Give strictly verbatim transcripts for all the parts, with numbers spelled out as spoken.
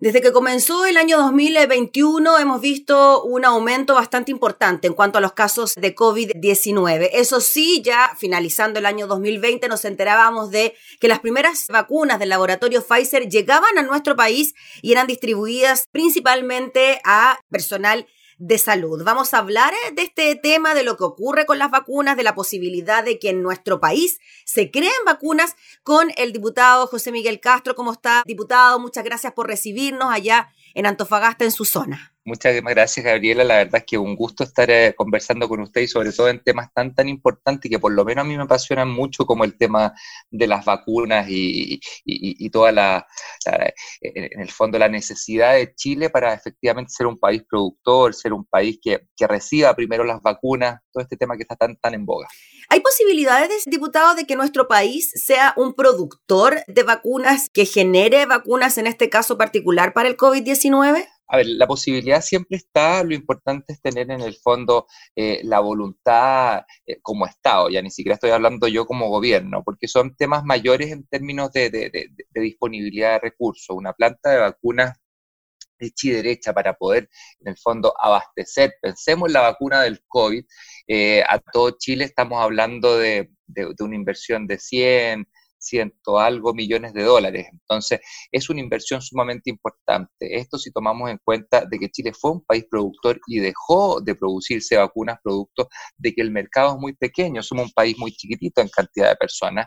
Desde que comenzó el año dos mil veintiuno hemos visto un aumento bastante importante en cuanto a los casos de COVID diecinueve. Eso sí, ya finalizando el año dos mil veinte nos enterábamos de que las primeras vacunas del laboratorio Pfizer llegaban a nuestro país y eran distribuidas principalmente a personal de salud. Vamos a hablar de este tema, de lo que ocurre con las vacunas, de la posibilidad de que en nuestro país se creen vacunas con el diputado José Miguel Castro. ¿Cómo está, diputado? Muchas gracias por recibirnos allá en Antofagasta, en su zona. Muchas gracias, Gabriela. La verdad es que un gusto estar eh, conversando con usted y sobre todo en temas tan tan importantes que por lo menos a mí me apasionan mucho, como el tema de las vacunas y, y, y, y toda la, la, en el fondo, la necesidad de Chile para efectivamente ser un país productor, ser un país que, que reciba primero las vacunas, todo este tema que está tan tan en boga. ¿Hay posibilidades, diputado, de que nuestro país sea un productor de vacunas, que genere vacunas, en este caso particular, para el COVID diecinueve? A ver, la posibilidad siempre está, lo importante es tener en el fondo eh, la voluntad eh, como Estado, ya ni siquiera estoy hablando yo como gobierno, porque son temas mayores en términos de, de, de, de disponibilidad de recursos. Una planta de vacunas hecha y derecha para poder, en el fondo, abastecer. Pensemos en la vacuna del COVID, eh, a todo Chile estamos hablando de, de, de una inversión de cien, ciento algo millones de dólares. Entonces, es una inversión sumamente importante. Esto si tomamos en cuenta de que Chile fue un país productor y dejó de producirse vacunas producto de que el mercado es muy pequeño. Somos un país muy chiquitito en cantidad de personas,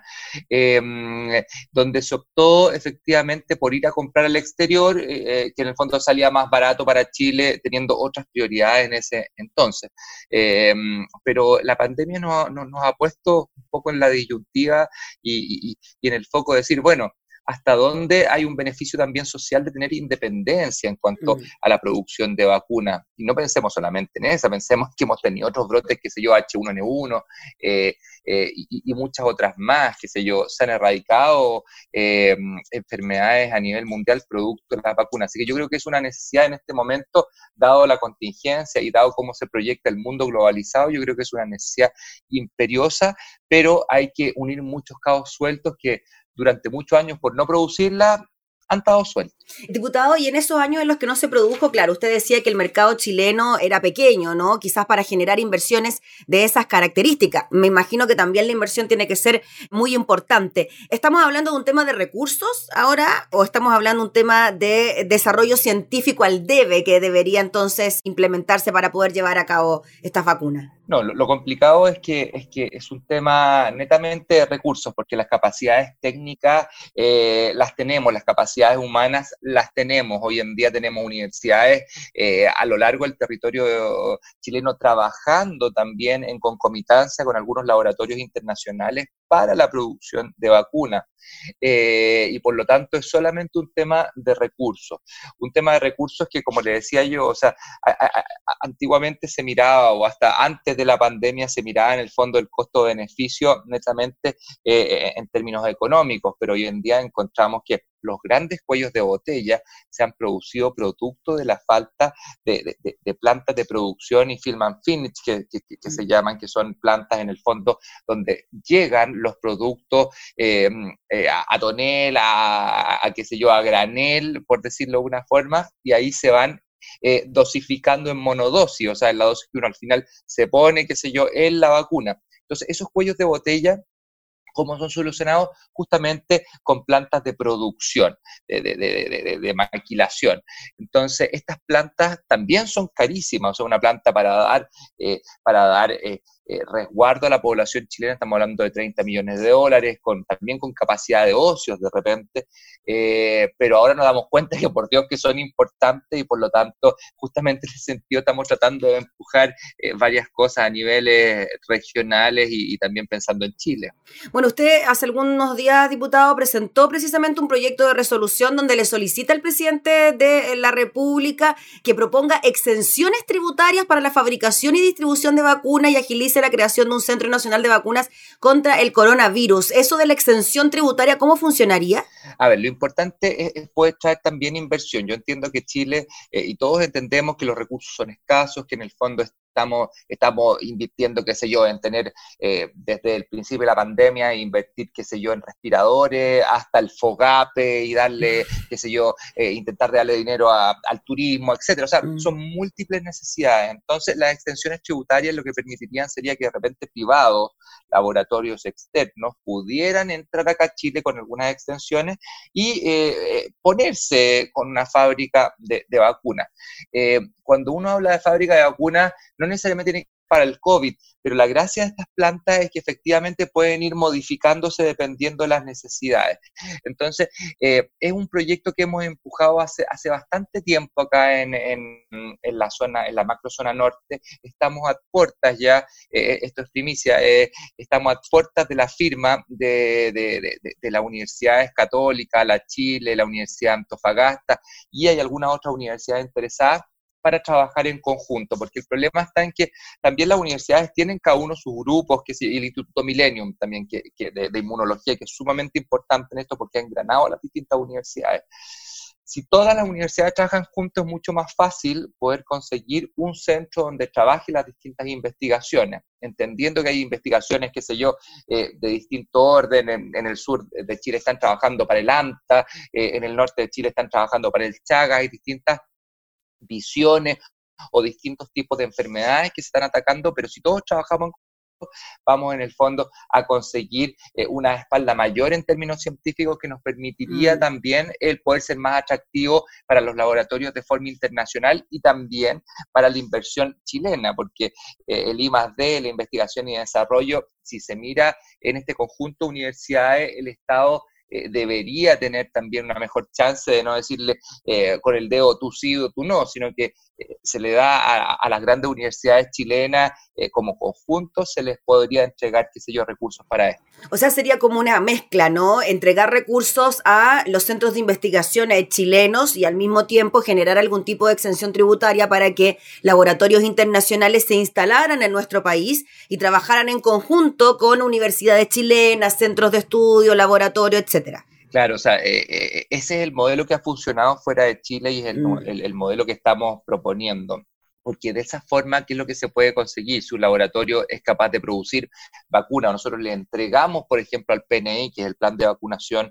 eh, donde se optó efectivamente por ir a comprar al exterior, eh, que en el fondo salía más barato para Chile, teniendo otras prioridades en ese entonces. Eh, pero la pandemia nos, nos, nos ha puesto un poco en la disyuntiva y, y y en el foco de decir, bueno, hasta dónde hay un beneficio también social de tener independencia en cuanto mm. a la producción de vacunas. Y no pensemos solamente en esa, pensemos que hemos tenido otros brotes, qué sé yo, H uno N uno eh, eh, y, y muchas otras más, qué sé yo, se han erradicado eh, enfermedades a nivel mundial producto de las vacunas. Así que yo creo que es una necesidad en este momento, dado la contingencia y dado cómo se proyecta el mundo globalizado, yo creo que es una necesidad imperiosa, pero hay que unir muchos cabos sueltos que durante muchos años, por no producirla, han estado sueltos. Diputado, y en esos años en los que no se produjo, claro, usted decía que el mercado chileno era pequeño, ¿no? Quizás para generar inversiones de esas características. Me imagino que también la inversión tiene que ser muy importante. ¿Estamos hablando de un tema de recursos ahora o estamos hablando de un tema de desarrollo científico al debe que debería entonces implementarse para poder llevar a cabo estas vacunas? No, lo, lo complicado es que, es que es un tema netamente de recursos, porque las capacidades técnicas eh, las tenemos, las capacidades humanas las tenemos. Hoy en día tenemos universidades eh, a lo largo del territorio chileno trabajando también en concomitancia con algunos laboratorios internacionales para la producción de vacunas. Eh, y por lo tanto es solamente un tema de recursos. Un tema de recursos que, como le decía yo, o sea, a, a, a, antiguamente se miraba, o hasta antes de la pandemia se miraba en el fondo el costo-beneficio netamente eh, en términos económicos, pero hoy en día encontramos que los grandes cuellos de botella se han producido producto de la falta de, de, de plantas de producción y film and finish, que, que, que se llaman, que son plantas en el fondo donde llegan los productos eh, eh, a, a tonel, a, a qué sé yo, a granel, por decirlo de una forma, y ahí se van eh, dosificando en monodosis, o sea, en la dosis que uno al final se pone, qué sé yo, en la vacuna. Entonces, esos cuellos de botella, ¿cómo son solucionados? Justamente con plantas de producción, de, de, de, de, de maquilación. Entonces, estas plantas también son carísimas, o sea, una planta para dar, eh, para dar eh, eh, resguardo a la población chilena, estamos hablando de treinta millones de dólares, con, también con capacidad de ocios de repente, eh, pero ahora nos damos cuenta que por Dios que son importantes y por lo tanto, justamente en ese sentido estamos tratando de empujar eh, varias cosas a niveles regionales y, y también pensando en Chile. Bueno, usted hace algunos días, diputado, presentó precisamente un proyecto de resolución donde le solicita al presidente de la República que proponga exenciones tributarias para la fabricación y distribución de vacunas y agilice la creación de un Centro Nacional de Vacunas contra el coronavirus. ¿Eso de la exención tributaria cómo funcionaría? A ver, lo importante es, es poder traer también inversión. Yo entiendo que Chile, eh, y todos entendemos que los recursos son escasos, que en el fondo estamos, estamos invirtiendo, qué sé yo, en tener eh, desde el principio de la pandemia, invertir, qué sé yo, en respiradores, hasta el FOGAPE y darle, qué sé yo, eh, intentar darle dinero a, al turismo, etcétera. O sea, Mm. son múltiples necesidades. Entonces, las extensiones tributarias lo que permitirían sería que de repente privados, laboratorios externos, pudieran entrar acá a Chile con algunas extensiones y eh, ponerse con una fábrica de, de vacunas. Eh, cuando uno habla de fábrica de vacunas, no necesariamente tiene que ser para el COVID, pero la gracia de estas plantas es que efectivamente pueden ir modificándose dependiendo de las necesidades. Entonces, eh, es un proyecto que hemos empujado hace, hace bastante tiempo acá en, en, en la zona, en la macrozona norte. Estamos a puertas ya, eh, esto es primicia, eh, estamos a puertas de la firma de, de, de, de las universidades católicas, la Chile, la Universidad de Antofagasta, y hay algunas otras universidades interesadas para trabajar en conjunto, porque el problema está en que también las universidades tienen cada uno sus grupos, que es el Instituto Millennium también, que, que de, de inmunología, que es sumamente importante en esto porque ha engranado a las distintas universidades. Si todas las universidades trabajan juntos, es mucho más fácil poder conseguir un centro donde trabajen las distintas investigaciones, entendiendo que hay investigaciones, qué sé yo, eh, de distinto orden. En, en el sur de Chile están trabajando para el ANTA, eh, en el norte de Chile están trabajando para el Chagas, hay distintas visiones o distintos tipos de enfermedades que se están atacando, pero si todos trabajamos, vamos en el fondo a conseguir eh, una espalda mayor en términos científicos que nos permitiría mm. también el poder ser más atractivo para los laboratorios de forma internacional y también para la inversión chilena, porque eh, el I más D, la investigación y desarrollo, si se mira en este conjunto de universidades, el Estado Eh, debería tener también una mejor chance de no decirle eh, con el dedo tú sí o tú no, sino que eh, se le da a, a las grandes universidades chilenas eh, como conjunto, se les podría entregar, qué sé yo, recursos para esto. O sea, sería como una mezcla, ¿no? Entregar recursos a los centros de investigación chilenos y al mismo tiempo generar algún tipo de exención tributaria para que laboratorios internacionales se instalaran en nuestro país y trabajaran en conjunto con universidades chilenas, centros de estudio, laboratorios, etcétera. Claro, o sea, eh, eh, ese es el modelo que ha funcionado fuera de Chile y es el, mm. el, el modelo que estamos proponiendo. Porque de esa forma, ¿qué es lo que se puede conseguir? Si un laboratorio es capaz de producir vacuna, nosotros le entregamos, por ejemplo, al P N I, que es el Plan de Vacunación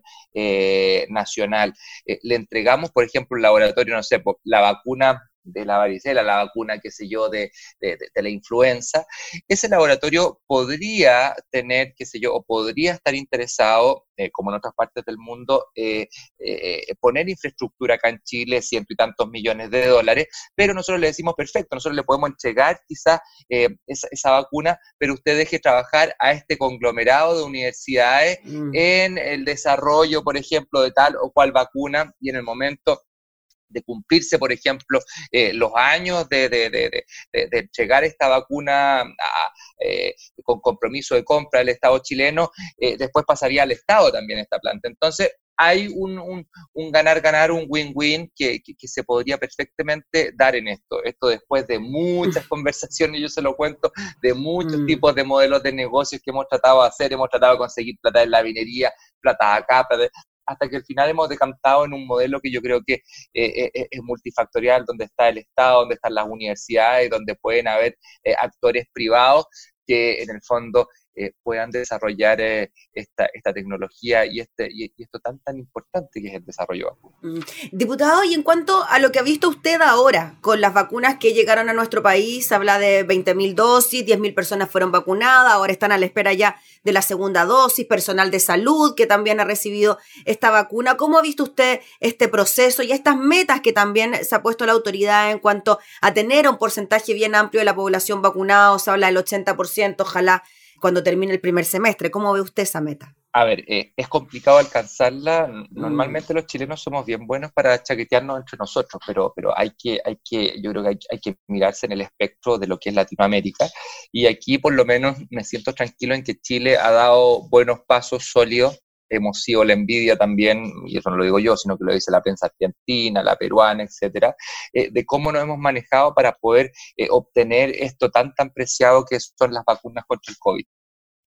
eh, Nacional, eh, le entregamos, por ejemplo, un laboratorio, no sé, la vacuna de la varicela, la vacuna, qué sé yo, de, de, de la influenza, ese laboratorio podría tener, qué sé yo, o podría estar interesado, eh, como en otras partes del mundo, eh, eh, poner infraestructura acá en Chile, ciento y tantos millones de dólares, pero nosotros le decimos, perfecto, nosotros le podemos entregar quizás eh, esa, esa vacuna, pero usted deje trabajar a este conglomerado de universidades mm. en el desarrollo, por ejemplo, de tal o cual vacuna, y en el momento de cumplirse, por ejemplo, eh, los años de, de, de, de, de entregar esta vacuna a, eh, con compromiso de compra del Estado chileno, eh, después pasaría al Estado también esta planta. Entonces, hay un, un, un ganar-ganar, un win-win que, que, que se podría perfectamente dar en esto. Esto después de muchas conversaciones, yo se lo cuento, de muchos mm. tipos de modelos de negocios que hemos tratado de hacer, hemos tratado de conseguir plata en la minería, plata acá, plata, hasta que al final hemos decantado en un modelo que yo creo que eh, eh, es multifactorial, donde está el Estado, donde están las universidades, donde pueden haber eh, actores privados que en el fondo eh, puedan desarrollar eh, esta, esta tecnología y, este, y, y esto tan tan importante que es el desarrollo vacuna. Mm. Diputado, y en cuanto a lo que ha visto usted ahora con las vacunas que llegaron a nuestro país, habla de veinte mil dosis, diez mil personas fueron vacunadas, ahora están a la espera ya de la segunda dosis, personal de salud que también ha recibido esta vacuna. ¿Cómo ha visto usted este proceso y estas metas que también se ha puesto la autoridad en cuanto a tener un porcentaje bien amplio de la población vacunada? Se habla del ochenta por ciento, ojalá cuando termine el primer semestre. ¿Cómo ve usted esa meta? A ver, eh, es complicado alcanzarla. Normalmente mm. los chilenos somos bien buenos para chaquetearnos entre nosotros, pero, pero hay que, hay que, yo creo que hay, hay que mirarse en el espectro de lo que es Latinoamérica. Y aquí por lo menos me siento tranquilo en que Chile ha dado buenos pasos sólidos. Hemos sido la envidia también, y eso no lo digo yo, sino que lo dice la prensa argentina, la peruana, etcétera, eh, de cómo nos hemos manejado para poder eh, obtener esto tan, tan preciado que son las vacunas contra el COVID.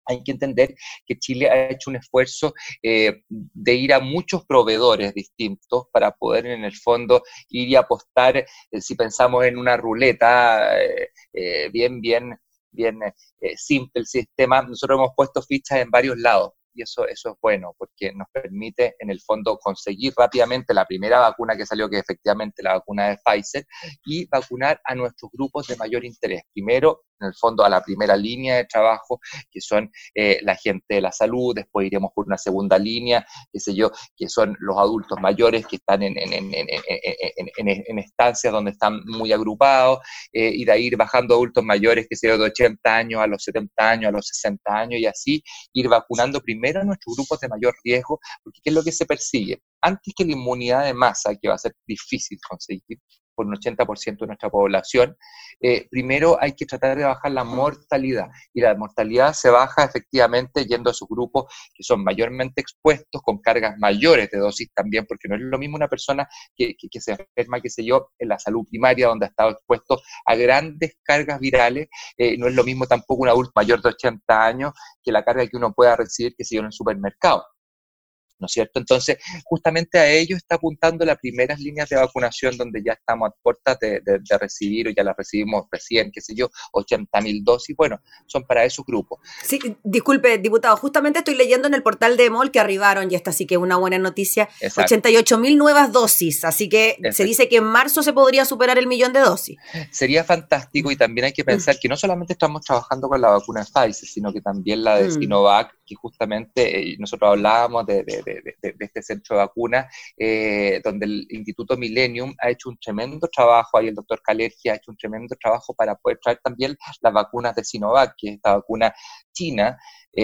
Hay que entender que Chile ha hecho un esfuerzo eh, de ir a muchos proveedores distintos para poder en el fondo ir y apostar, eh, si pensamos en una ruleta, eh, eh, bien, bien, bien eh, simple el sistema, nosotros hemos puesto fichas en varios lados. Y eso, eso es bueno, porque nos permite en el fondo conseguir rápidamente la primera vacuna que salió, que es efectivamente la vacuna de Pfizer, y vacunar a nuestros grupos de mayor interés. Primero, en el fondo, a la primera línea de trabajo, que son eh, la gente de la salud, después iremos por una segunda línea, qué sé yo, que son los adultos mayores que están en, en, en, en, en, en, en estancias donde están muy agrupados, eh, y de ahí ir bajando adultos mayores, que sé yo, de ochenta años a los setenta años, a los sesenta años, y así ir vacunando primero a nuestros grupos de mayor riesgo, porque ¿qué es lo que se persigue? Antes que la inmunidad de masa, que va a ser difícil conseguir por un ochenta por ciento de nuestra población, eh, primero hay que tratar de bajar la mortalidad, y la mortalidad se baja efectivamente yendo a esos grupos que son mayormente expuestos, con cargas mayores de dosis también, porque no es lo mismo una persona que, que, que se enferma, qué sé yo, en la salud primaria, donde ha estado expuesto a grandes cargas virales, eh, no es lo mismo tampoco un adulto mayor de ochenta años que la carga que uno pueda recibir, qué sé yo, en el supermercado, ¿no es cierto? Entonces, justamente a ello está apuntando las primeras líneas de vacunación, donde ya estamos a puertas de, de, de recibir, o ya las recibimos recién, qué sé yo, ochenta mil dosis. Bueno, son para esos grupos. Sí, disculpe, diputado, justamente estoy leyendo en el portal de EMOL que arribaron, y esta sí que es una buena noticia, Exacto. ochenta y ocho mil nuevas dosis, así que Exacto. Se dice que en marzo se podría superar el millón de dosis. Sería fantástico, y también hay que pensar mm. que no solamente estamos trabajando con la vacuna de Pfizer, sino que también la de mm. Sinovac, que justamente eh, nosotros hablábamos de, de, de De, de, de este centro de vacunas, eh, donde el Instituto Millennium ha hecho un tremendo trabajo, ahí el doctor Kalergi ha hecho un tremendo trabajo para poder traer también las vacunas de Sinovac, que es esta vacuna china,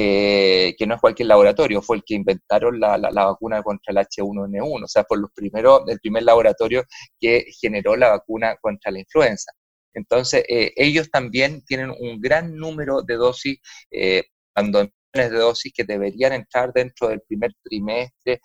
eh, que no es cualquier laboratorio, fue el que inventaron la, la, la vacuna contra el H uno N uno, o sea, fue los primeros, el primer laboratorio que generó la vacuna contra la influenza. Entonces, eh, ellos también tienen un gran número de dosis, eh, cuando de dosis que deberían entrar dentro del primer trimestre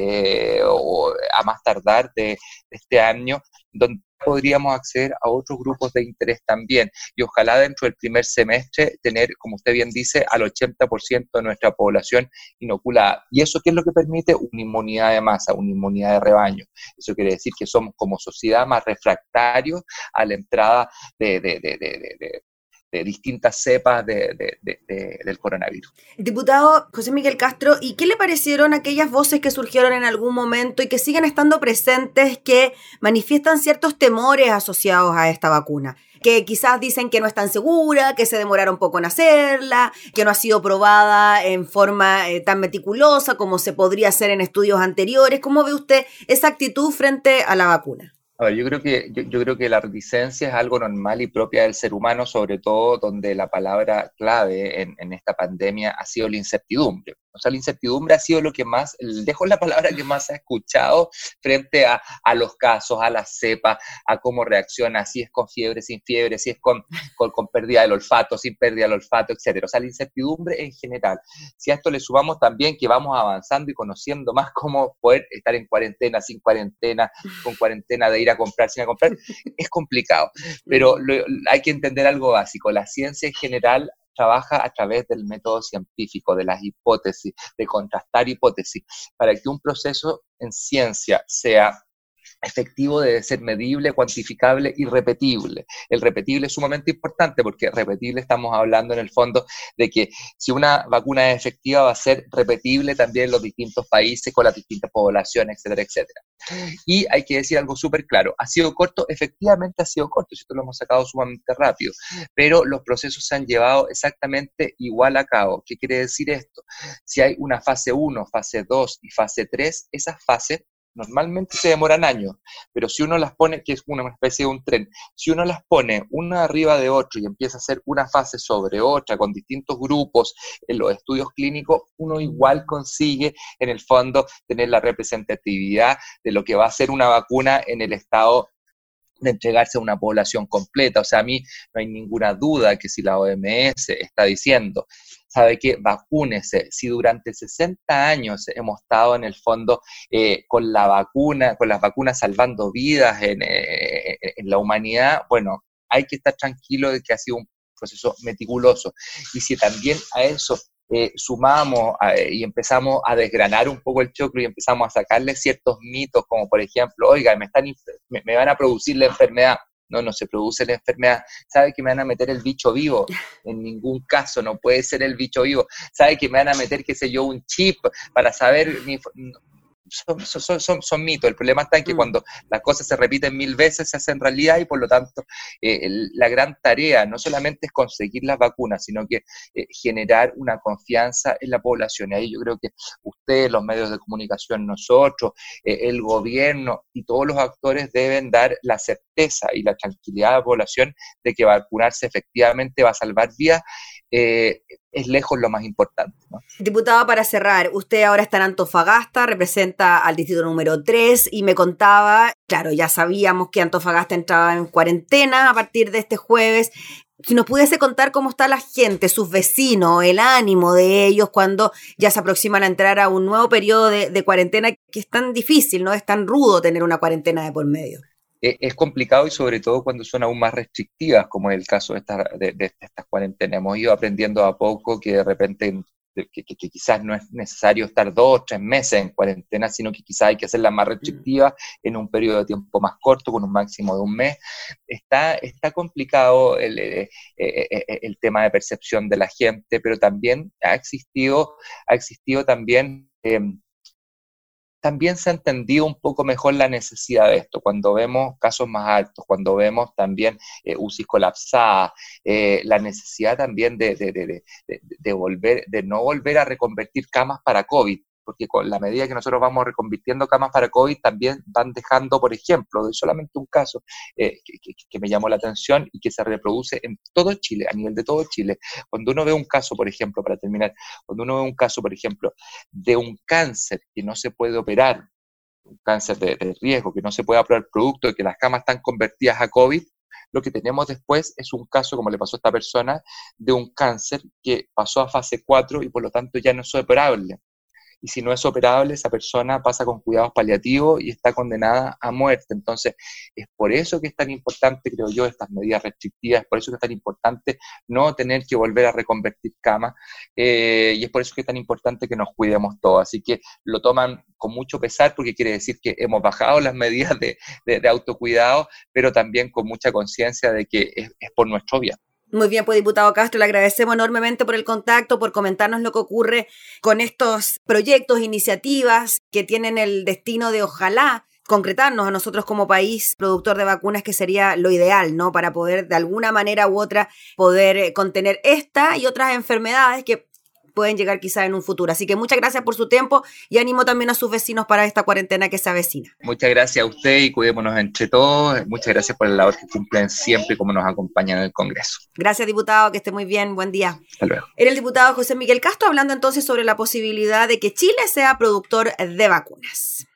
eh, o a más tardar de, de este año, donde podríamos acceder a otros grupos de interés también, y ojalá dentro del primer semestre tener, como usted bien dice, al ochenta por ciento de nuestra población inoculada. ¿Y eso qué es lo que permite? Una inmunidad de masa, una inmunidad de rebaño. Eso quiere decir que somos como sociedad más refractarios a la entrada de, de, de, de, de, de de distintas cepas de, de, de, de, del coronavirus. Diputado José Miguel Castro, ¿y qué le parecieron aquellas voces que surgieron en algún momento y que siguen estando presentes, que manifiestan ciertos temores asociados a esta vacuna? Que quizás dicen que no es tan segura, que se demoraron poco en hacerla, que no ha sido probada en forma eh, tan meticulosa como se podría hacer en estudios anteriores. ¿Cómo ve usted esa actitud frente a la vacuna? A ver, yo creo que, yo, yo creo que la reticencia es algo normal y propia del ser humano, sobre todo donde la palabra clave en, en esta pandemia ha sido la incertidumbre. O sea, la incertidumbre ha sido lo que más, dejo la palabra que más se ha escuchado frente a, a los casos, a las cepas, a cómo reacciona, si es con fiebre, sin fiebre, si es con, con, con pérdida del olfato, sin pérdida del olfato, etcétera. O sea, la incertidumbre en general. Si a esto le sumamos también que vamos avanzando y conociendo más cómo poder estar en cuarentena, sin cuarentena, con cuarentena, de ir a comprar, sin a comprar, es complicado. Pero lo, hay que entender algo básico. La ciencia en general trabaja a través del método científico, de las hipótesis, de contrastar hipótesis. Para que un proceso en ciencia sea efectivo debe ser medible, cuantificable y repetible. El repetible es sumamente importante porque repetible estamos hablando en el fondo de que si una vacuna es efectiva va a ser repetible también en los distintos países con las distintas poblaciones, etcétera, etcétera. Y hay que decir algo súper claro, ¿ha sido corto? Efectivamente ha sido corto, esto lo hemos sacado sumamente rápido, pero los procesos se han llevado exactamente igual a cabo. ¿Qué quiere decir esto? Si hay una fase uno, fase dos y fase tres, esas fases normalmente se demoran años, pero si uno las pone, que es una especie de un tren, si uno las pone una arriba de otro y empieza a hacer una fase sobre otra con distintos grupos en los estudios clínicos, uno igual consigue en el fondo tener la representatividad de lo que va a ser una vacuna en el estado de entregarse a una población completa. O sea, a mí no hay ninguna duda que si la O M S está diciendo, sabe que vacúnese, si durante sesenta años hemos estado en el fondo eh, con la vacuna, con las vacunas salvando vidas en, eh, en la humanidad, bueno, hay que estar tranquilo de que ha sido un proceso meticuloso. Y si también a eso eh, sumamos a, y empezamos a desgranar un poco el choclo y empezamos a sacarle ciertos mitos, como por ejemplo, oiga, me, están, me, me van a producir la enfermedad. No, no se produce la enfermedad. ¿Sabe que me van a meter el bicho vivo? En ningún caso, no puede ser el bicho vivo. ¿Sabe que me van a meter, qué sé yo, un chip para saber mi... Son, son, son, son mitos. El problema está en que mm. cuando las cosas se repiten mil veces se hacen realidad y por lo tanto eh, la gran tarea no solamente es conseguir las vacunas, sino que eh, generar una confianza en la población. Y ahí yo creo que ustedes, los medios de comunicación, nosotros, eh, el gobierno y todos los actores deben dar la certeza y la tranquilidad a la población de que vacunarse efectivamente va a salvar vidas. Eh, es lejos lo más importante, ¿no? Diputado, para cerrar, usted ahora está en Antofagasta, representa al distrito número tres y me contaba, claro, ya sabíamos que Antofagasta entraba en cuarentena a partir de este jueves. Si nos pudiese contar cómo está la gente, sus vecinos, el ánimo de ellos cuando ya se aproximan a entrar a un nuevo periodo de, de cuarentena que es tan difícil, ¿no? Es tan rudo tener una cuarentena de por medio. Es complicado y sobre todo cuando son aún más restrictivas, como es el caso de estas, de, de estas cuarentenas. Hemos ido aprendiendo a poco que de repente que, que, que quizás no es necesario estar dos o tres meses en cuarentena, sino que quizás hay que hacerlas más restrictivas en un periodo de tiempo más corto, con un máximo de un mes. Está, está complicado el, el, el tema de percepción de la gente, pero también ha existido, ha existido también... Eh, También se ha entendido un poco mejor la necesidad de esto, cuando vemos casos más altos, cuando vemos también eh, U C I colapsadas, eh, la necesidad también de, de, de, de, de, volver, de no volver a reconvertir camas para COVID, porque con la medida que nosotros vamos reconvirtiendo camas para COVID, también van dejando, por ejemplo, de solamente un caso eh, que, que, que me llamó la atención y que se reproduce en todo Chile, a nivel de todo Chile. Cuando uno ve un caso, por ejemplo, para terminar, cuando uno ve un caso, por ejemplo, de un cáncer que no se puede operar, un cáncer de, de riesgo, que no se puede operar producto, de que las camas están convertidas a COVID, lo que tenemos después es un caso, como le pasó a esta persona, de un cáncer que pasó a fase cuatro y por lo tanto ya no es operable. Y si no es operable, esa persona pasa con cuidados paliativos y está condenada a muerte. Entonces, es por eso que es tan importante, creo yo, estas medidas restrictivas, es por eso que es tan importante no tener que volver a reconvertir camas, eh, y es por eso que es tan importante que nos cuidemos todos. Así que lo toman con mucho pesar, porque quiere decir que hemos bajado las medidas de, de, de autocuidado, pero también con mucha conciencia de que es, es por nuestro bien. Muy bien, pues diputado Castro, le agradecemos enormemente por el contacto, por comentarnos lo que ocurre con estos proyectos, iniciativas que tienen el destino de, ojalá, concretarnos a nosotros como país productor de vacunas, que sería lo ideal, ¿no? Para poder, de alguna manera u otra, poder contener esta y otras enfermedades que pueden llegar quizás en un futuro. Así que muchas gracias por su tiempo y animo también a sus vecinos para esta cuarentena que se avecina. Muchas gracias a usted y cuidémonos entre todos. Muchas gracias por la labor que cumplen siempre y como nos acompañan en el Congreso. Gracias, diputado, que esté muy bien. Buen día. Hasta luego. Era el diputado José Miguel Castro hablando entonces sobre la posibilidad de que Chile sea productor de vacunas.